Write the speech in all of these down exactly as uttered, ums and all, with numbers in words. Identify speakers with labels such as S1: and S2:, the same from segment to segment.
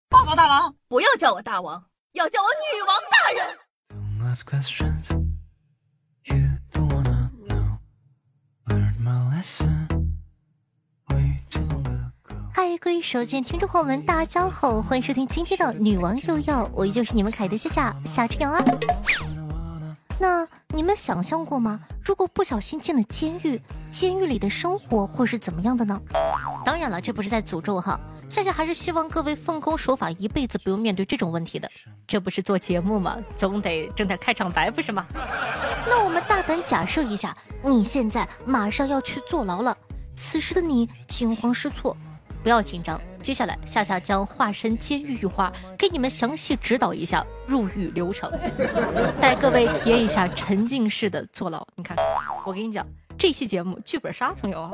S1: 报告大王，
S2: 不要叫我大王，要叫我女王大人。
S3: 嗨，各位手机听众朋友们，大家好，欢迎收听今天的女王又要，我依旧是你们凯的夏夏夏春阳啊。那你们想象过吗？如果不小心进了监狱，监狱里的生活会是怎么样的呢？当然了，这不是在诅咒哈，夏夏还是希望各位奉公守法，一辈子不用面对这种问题的。这不是做节目吗？总得整点开场白不是吗？那我们大胆假设一下，你现在马上要去坐牢了，此时的你惊慌失措。不要紧张，接下来夏夏将化身监狱狱花，给你们详细指导一下入狱流程，带各位体验一下沉浸式的坐牢。你看，我跟你讲，这期节目剧本杀朋友。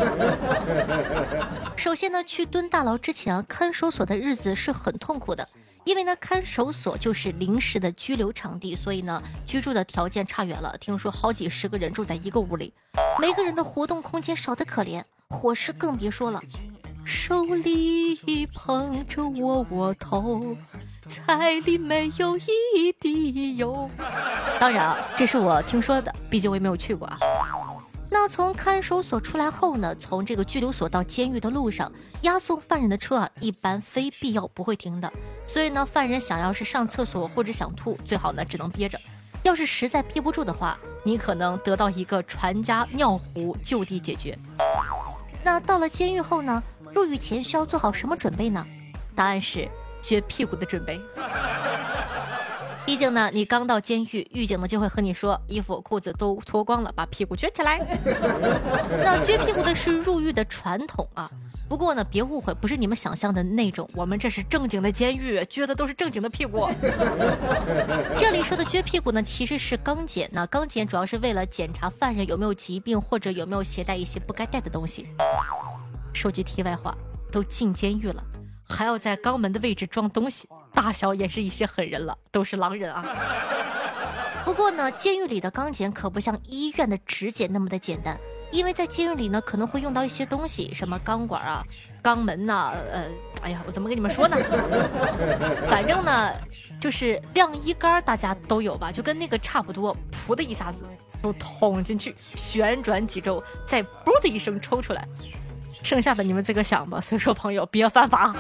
S3: 首先呢，去蹲大牢之前啊，看守所的日子是很痛苦的，因为呢，看守所就是临时的拘留场地，所以呢，居住的条件差远了。听说好几十个人住在一个屋里，每个人的活动空间少得可怜，伙食更别说了。手里捧着窝窝头，菜里没有一滴油。当然啊，这是我听说的，毕竟我也没有去过啊。那从看守所出来后呢，从这个拘留所到监狱的路上，押送犯人的车啊，一般非必要不会停的。所以呢，犯人想要是上厕所或者想吐，最好呢只能憋着。要是实在憋不住的话，你可能得到一个传家尿壶，就地解决。那到了监狱后呢，入狱前需要做好什么准备呢？答案是撅屁股的准备。毕竟呢，你刚到监狱，狱警呢就会和你说，衣服裤子都脱光了，把屁股撅起来。那撅屁股的是入狱的传统啊。不过呢，别误会，不是你们想象的那种，我们这是正经的监狱，撅的都是正经的屁股。这里说的撅屁股呢，其实是钢检。那钢检主要是为了检查犯人有没有疾病，或者有没有携带一些不该带的东西。说句题外话，都进监狱了，还要在肛门的位置装东西，大小也是一些狠人了，都是狼人啊。不过呢，监狱里的钢检可不像医院的指检那么的简单，因为在监狱里呢，可能会用到一些东西，什么钢管啊、肛门呐、啊，呃，哎呀，我怎么跟你们说呢？反正呢，就是晾衣杆，大家都有吧，就跟那个差不多，噗的一下子就捅进去，旋转几周，再啵的一声抽出来。剩下的你们自个想吧，所以说朋友别犯法。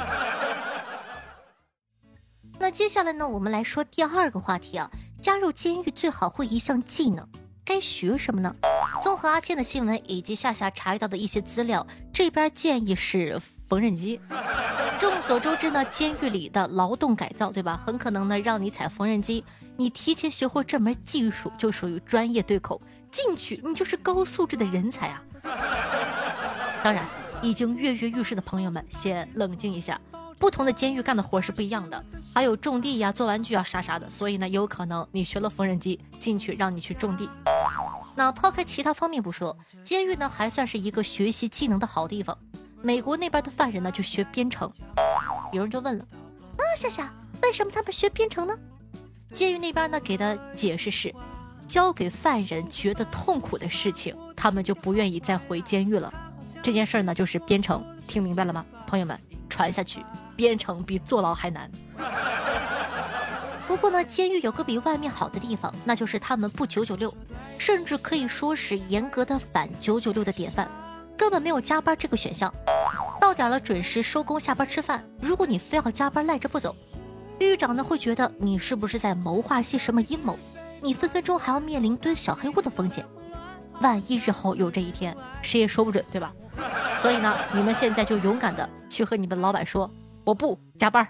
S3: 那接下来呢，我们来说第二个话题啊，加入监狱最好会一项技能，该学什么呢？综合阿倩的新闻以及夏夏查阅到的一些资料，这边建议是缝纫机。众所周知呢，监狱里的劳动改造，对吧？很可能呢让你踩缝纫机，你提前学会这门技术就属于专业对口，进去你就是高素质的人才啊。当然，已经跃跃欲试的朋友们先冷静一下，不同的监狱干的活是不一样的，还有种地呀、做玩具啊啥啥的，所以呢有可能你学了缝纫机进去让你去种地。那抛开其他方面不说，监狱呢还算是一个学习技能的好地方。美国那边的犯人呢就学编程，有人就问了啊，夏夏，为什么他们学编程呢？监狱那边呢给的解释是，交给犯人觉得痛苦的事情，他们就不愿意再回监狱了。这件事呢就是编程，听明白了吗？朋友们，传下去，编程比坐牢还难。不过呢，监狱有个比外面好的地方，那就是他们不九九六，甚至可以说是严格的反九九六的典范，根本没有加班这个选项。到点了准时收工下班吃饭，如果你非要加班赖着不走，狱长呢会觉得你是不是在谋划些什么阴谋，你分分钟还要面临蹲小黑屋的风险。万一日后有这一天，谁也说不准，对吧？所以呢，你们现在就勇敢的去和你们老板说，我不加班。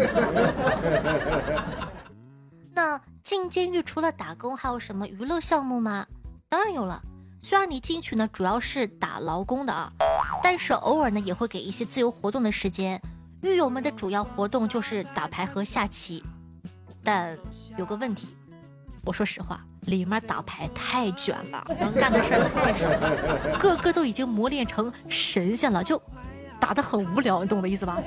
S3: 那进监狱除了打工，还有什么娱乐项目吗？当然有了。虽然你进去呢主要是打劳工的啊，但是偶尔呢也会给一些自由活动的时间。狱友们的主要活动就是打牌和下棋，但有个问题，我说实话，里面打牌太卷了，能干的事儿太少了，个个都已经磨练成神仙了，就打得很无聊，你懂我的意思吧？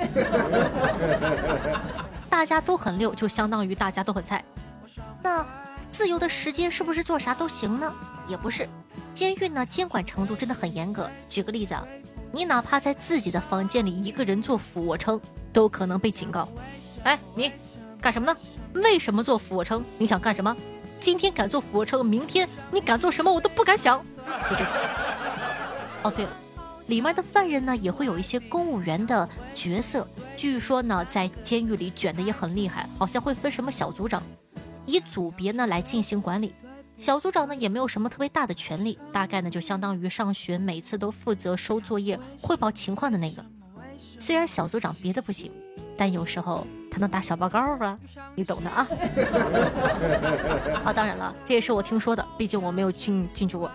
S3: 大家都很溜，就相当于大家都很菜。那自由的时间是不是做啥都行呢？也不是，监狱呢监管程度真的很严格。举个例子啊，你哪怕在自己的房间里一个人做俯卧撑，都可能被警告。 哎，你干什么呢？为什么做俯卧撑？你想干什么？今天敢做俯卧撑，明天你敢做什么我都不敢想。就这种。哦，对了，里面的犯人呢也会有一些公务员的角色，据说呢在监狱里卷的也很厉害，好像会分什么小组长，以组别呢来进行管理。小组长呢也没有什么特别大的权利，大概呢就相当于上学每次都负责收作业汇报情况的那个。虽然小组长别的不行，但有时候他能打小报告啊，你懂的啊。啊，当然了，这也是我听说的，毕竟我没有进进去过。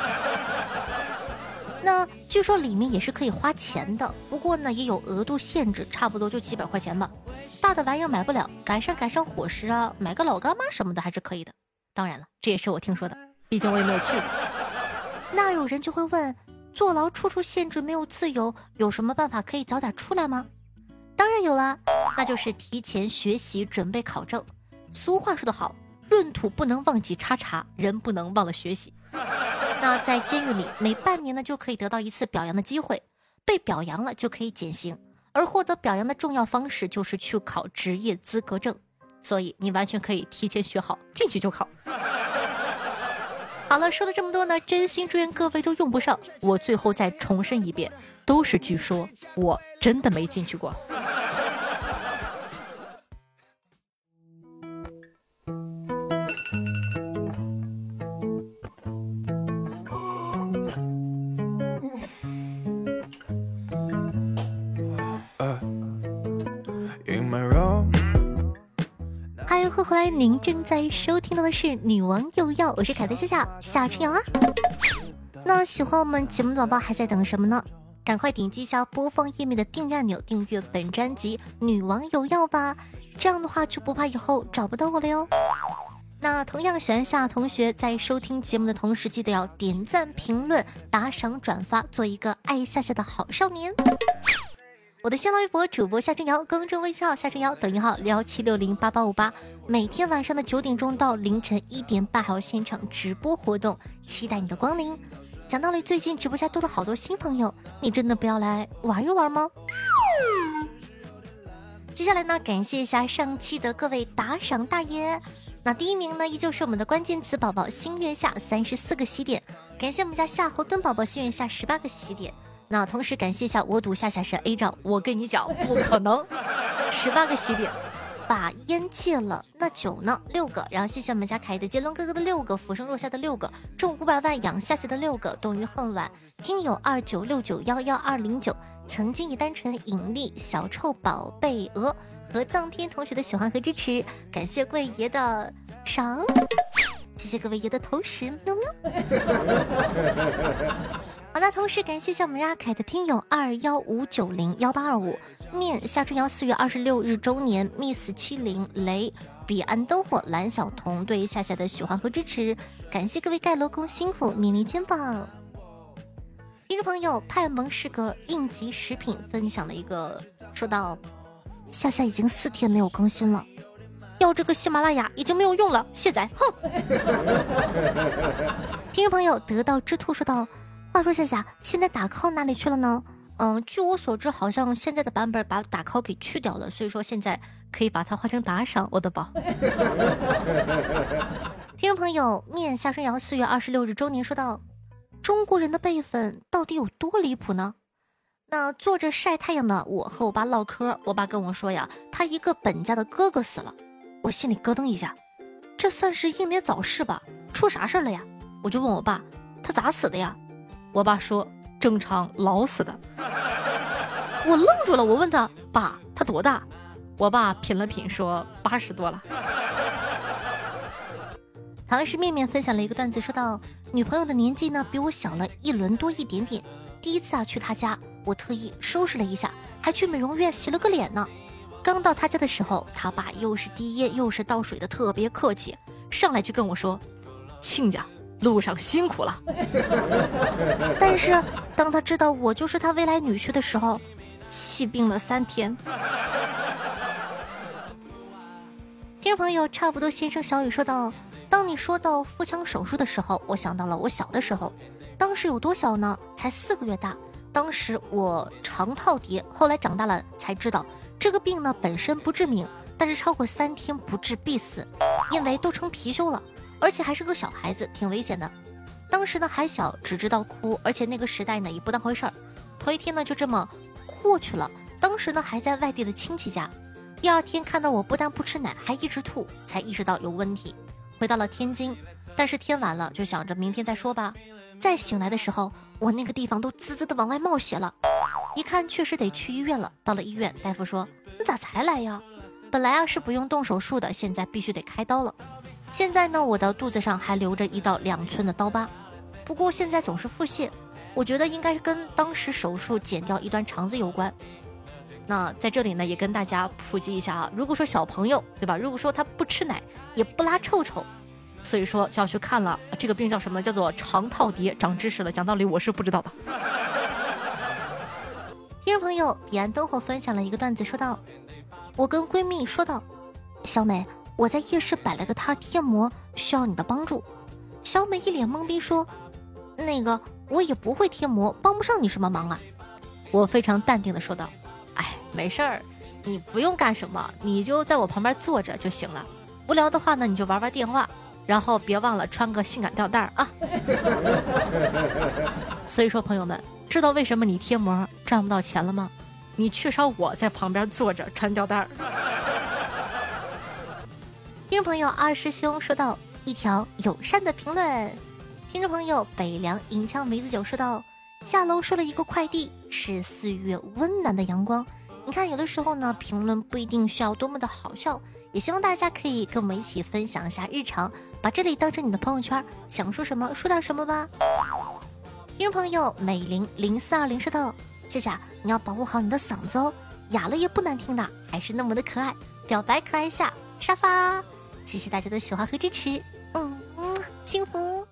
S3: 那据说里面也是可以花钱的，不过呢也有额度限制，差不多就几百块钱吧。大的玩意儿买不了，改善改善伙食啊，买个老干妈什么的还是可以的。当然了，这也是我听说的，毕竟我也没有去过。那有人就会问，坐牢处处限制，没有自由，有什么办法可以早点出来吗？当然有啦，那就是提前学习准备考证。俗话说得好，闰土不能忘记叉叉，人不能忘了学习。那在监狱里，每半年呢就可以得到一次表扬的机会，被表扬了就可以减刑，而获得表扬的重要方式就是去考职业资格证，所以你完全可以提前学好，进去就考。好了，说了这么多呢，真心祝愿各位都用不上。我最后再重申一遍，都是据说，我真的没进去过。嗨，欢迎回来，您正在收听到的是女王有药，我是凯特夏夏夏春瑶啊。那喜欢我们节目的宝宝还在等什么呢？赶快点击一下播放页面的订阅按钮，订阅本专辑女王有药吧，这样的话就不怕以后找不到我了哟。那同样喜欢夏同学在收听节目的同时，记得要点赞评论打赏转发，做一个爱夏夏的好少年。我的新浪微博主播夏春瑶，公众微信号夏春瑶，抖音号幺七六零八八五八，每天晚上的九点钟到凌晨一点半还有现场直播活动，期待你的光临。讲道理，最近直播间多了好多新朋友，你真的不要来玩一玩吗？接下来呢，感谢一下上期的各位打赏大爷。那第一名呢，依旧是我们的关键词宝宝星月下三十四个喜点，感谢我们家夏侯惇宝宝星月下十八个喜点。那同时感谢一下我赌夏夏是 A 账，我跟你讲不可能，十八个喜点。把烟戒了，那酒呢？六个。然后谢谢我们家凯的杰伦哥哥的六个，浮生若夏的六个，中五百万养夏夏的六个，冬于恨晚，听友二九六九幺幺二零九，曾经以单纯引力小臭宝贝鹅和藏天同学的喜欢和支持，感谢贵爷的赏，谢谢各位爷的投食，喵喵。好，那同时感谢一下我们阿凯的听友二幺五九零幺八二五面夏春瑶四月二十六日周年 miss 七零雷彼岸灯火蓝小童对夏夏的喜欢和支持，感谢各位盖楼工辛苦，勉励肩膀。听众朋友派蒙是个应急食品分享了一个，说到夏夏已经四天没有更新了，要这个喜马拉雅已经没有用了，卸载，哼。听众朋友得到之兔说道，话说夏夏现在打 call 哪里去了呢？嗯，据我所知好像现在的版本把打 call 给去掉了，所以说现在可以把它换成打赏，我的宝。听众朋友面夏春瑶四月二十六日周年说道，中国人的辈分到底有多离谱呢？那坐着晒太阳的我和我爸唠嗑，我爸跟我说呀，他一个本家的哥哥死了，我心里咯噔一下，这算是英年早逝吧？出啥事了呀？我就问我爸，他咋死的呀？我爸说正常老死的。我愣住了，我问他，爸他多大？我爸品了品说八十多了。好像是面面分享了一个段子，说到女朋友的年纪呢比我小了一轮多一点点，第一次啊去她家，我特意收拾了一下，还去美容院洗了个脸呢。刚到她家的时候，她爸又是递烟又是倒水的，特别客气，上来就跟我说，亲家路上辛苦了。但是当他知道我就是他未来女婿的时候，气病了三天。听众朋友差不多先生小雨说到，当你说到腹腔手术的时候，我想到了我小的时候，当时有多小呢？才四个月大。当时我肠套叠，后来长大了才知道，这个病呢本身不致命， 但是超过三天不治必死，因为都成貔貅了，而且还是个小孩子，挺危险的。当时呢还小，只知道哭，而且那个时代呢也不当回事儿。头一天呢就这么过去了，当时呢还在外地的亲戚家。第二天看到我不但不吃奶，还一直吐，才意识到有问题。回到了天津，但是天晚了，就想着明天再说吧。再醒来的时候，我那个地方都滋滋的往外冒血了，一看确实得去医院了。到了医院，大夫说你咋才来呀？本来啊是不用动手术的，现在必须得开刀了。现在呢，我的肚子上还留着一道两寸的刀疤，不过现在总是腹泻，我觉得应该是跟当时手术剪掉一段肠子有关。那在这里呢，也跟大家普及一下啊，如果说小朋友对吧，如果说他不吃奶也不拉臭臭，所以说就要去看了。这个病叫什么？叫做肠套叠。长知识了，讲道理我是不知道的。听众朋友彼岸灯火分享了一个段子，说道：我跟闺蜜说道，小美，我在夜市摆了个摊贴膜，需要你的帮助。小美一脸懵逼说，那个我也不会贴膜，帮不上你什么忙啊。我非常淡定的说道，哎，没事儿，你不用干什么，你就在我旁边坐着就行了。无聊的话呢，你就玩玩电话，然后别忘了穿个性感吊带啊。所以说朋友们，知道为什么你贴膜赚不到钱了吗？你缺少我在旁边坐着穿吊带。听众朋友二师兄说到一条友善的评论。听众朋友北凉银枪梅子酒说到，下楼收了一个快递，是四月温暖的阳光。你看有的时候呢，评论不一定需要多么的好笑，也希望大家可以跟我们一起分享一下日常，把这里当成你的朋友圈，想说什么说点什么吧。听众朋友美玲零四二零说道，谢谢，你要保护好你的嗓子哦，哑了也不难听的，还是那么的可爱。表白可爱下沙发，谢谢大家的喜欢和支持，嗯嗯，幸福。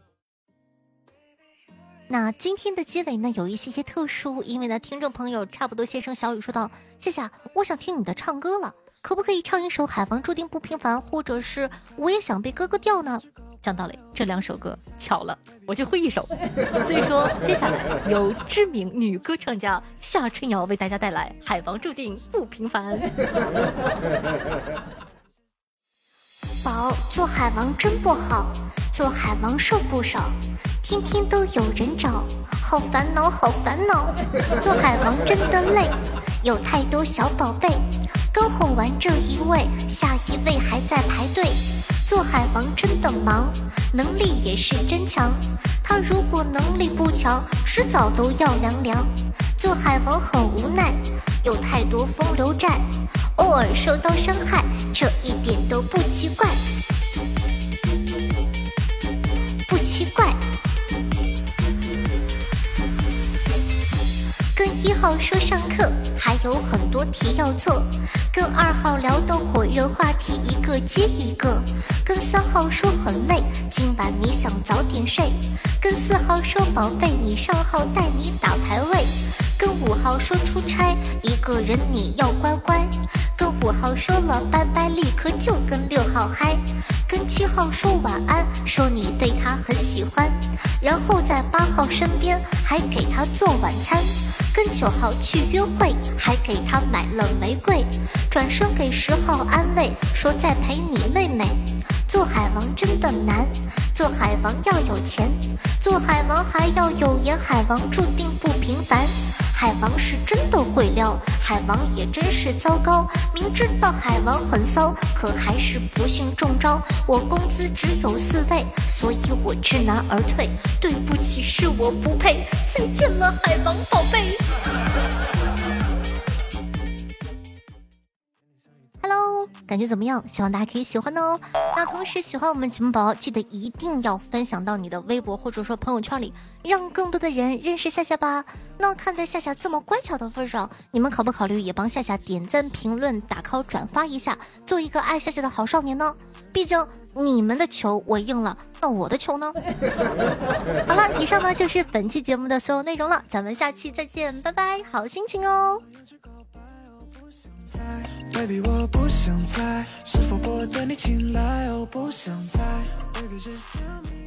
S3: 那今天的结尾呢有一些些特殊，因为呢听众朋友差不多先生小雨说道，谢谢，我想听你的唱歌了，可不可以唱一首海王注定不平凡，或者是我也想被哥哥调呢？讲道理，这两首歌巧了我就会一首，所以说接下来由知名女歌唱家夏春瑶为大家带来海王注定不平凡。
S1: 宝，做海王真不好，做海王受不少，天天都有人找，好烦恼好烦恼。做海王真的累，有太多小宝贝，刚哄完这一位，下一位还在排队。做海王真的忙，能力也是真强，他如果能力不强，迟早都要凉凉。做海王很无奈，有太多风流债，偶尔受到伤害，这一点都不奇怪，不奇怪。跟一号说上课，还有很多题要做，跟二号聊的火热话题一个接一个，跟三号说很累，今晚你想早点睡，跟四号说宝贝你上号带你打排位，跟五号说出差，一个人你要乖乖，跟五号说了拜拜，立刻就跟六号嗨，跟七号说晚安，说你对他很喜欢，然后在八号身边还给他做晚餐，跟九号去约会，还给他买了玫瑰，转身给十号安慰，说再陪你妹妹。做海王真的难，做海王要有钱，做海王还要有颜，海王注定不平凡。海王是真的会撩，海王也真是糟糕，明知道海王很骚，可还是不幸中招。我工资只有四位，所以我知难而退，对不起是我不配，再见了海王宝贝。
S3: Hello， 感觉怎么样？希望大家可以喜欢哦。那同时喜欢我们节目宝宝，记得一定要分享到你的微博或者说朋友圈里，让更多的人认识夏夏吧。那看在夏夏这么乖巧的份上，你们考不考虑也帮夏夏点赞、评论、打 call、转发一下，做一个爱夏夏的好少年呢？毕竟你们的球我应了，那我的球呢？好了，以上呢就是本期节目的所有内容了，咱们下期再见，拜拜，好心情哦。
S4: Baby 我不想猜，是否博得你青睐？哦，不想猜 Baby just tell me